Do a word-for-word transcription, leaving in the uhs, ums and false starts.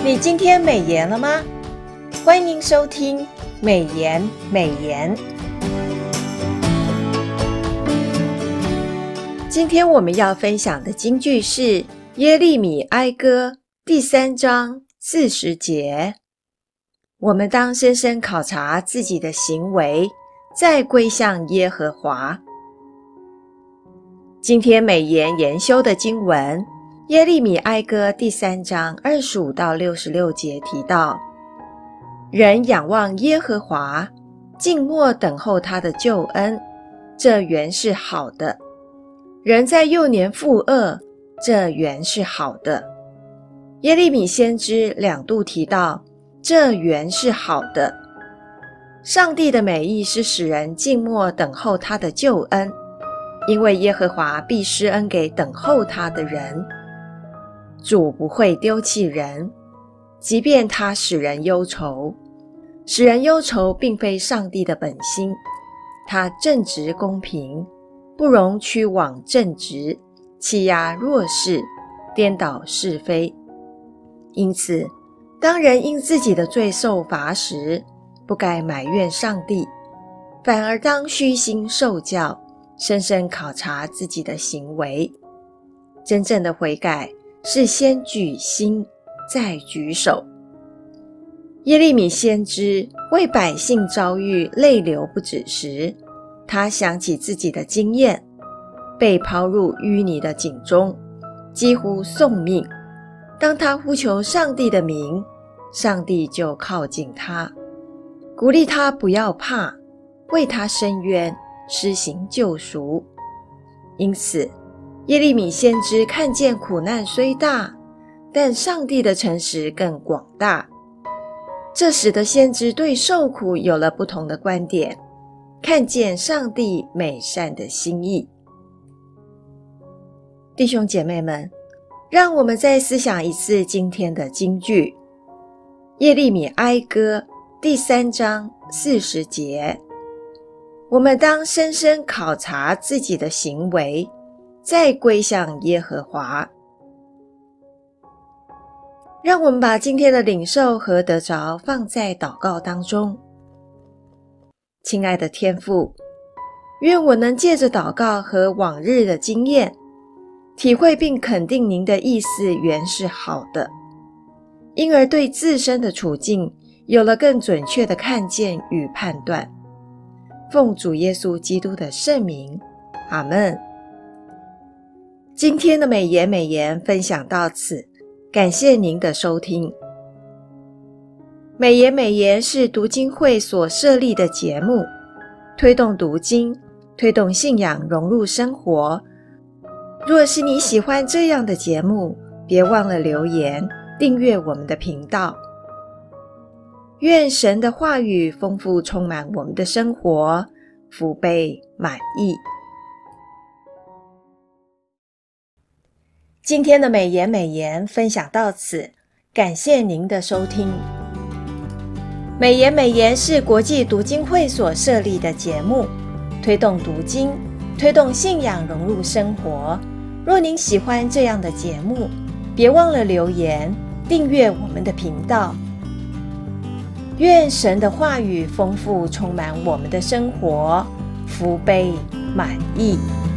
你今天美言了吗？欢迎收听美言美言。今天我们要分享的金句是耶利米哀歌第三章四十节。我们当深深考察自己的行为，再归向耶和华。今天美言研修的经文耶利米哀歌第三章二十五到六十六节提到，人仰望耶和华，静默等候他的救恩，这原是好的。人在幼年负恶，这原是好的。耶利米先知两度提到，这原是好的。上帝的美意是使人静默等候他的救恩，因为耶和华必施恩给等候他的人。主不会丢弃人，即便他使人忧愁。使人忧愁并非上帝的本心，他正直公平，不容屈枉正直，欺压弱势，颠倒是非。因此，当人因自己的罪受罚时，不该埋怨上帝，反而当虚心受教，深深考察自己的行为。真正的悔改是先举心，再举手。耶利米先知为百姓遭遇泪流不止时，他想起自己的经验，被抛入淤泥的井中，几乎送命。当他呼求上帝的名，上帝就靠近他，鼓励他不要怕，为他伸冤，施行救赎。因此，耶利米先知看见苦难虽大，但上帝的诚实更广大。这使得先知对受苦有了不同的观点，看见上帝美善的心意。弟兄姐妹们，让我们再思想一次今天的金句。耶利米哀歌第三章四十节，我们当深深考察自己的行为，再归向耶和华。让我们把今天的领受和得着放在祷告当中。亲爱的天父，愿我能借着祷告和往日的经验，体会并肯定您的意思原是好的，因而对自身的处境有了更准确的看见与判断。奉主耶稣基督的圣名，阿们。今天的美言美言分享到此，感谢您的收听。美言美言是读经会所设立的节目，推动读经，推动信仰融入生活。若是你喜欢这样的节目，别忘了留言订阅我们的频道。愿神的话语丰富充满我们的生活，福杯满溢。今天的美言美言分享到此，感谢您的收听。美言美言是国际读经会所设立的节目，推动读经，推动信仰融入生活。若您喜欢这样的节目，别忘了留言订阅我们的频道。愿神的话语丰富充满我们的生活，福杯满溢。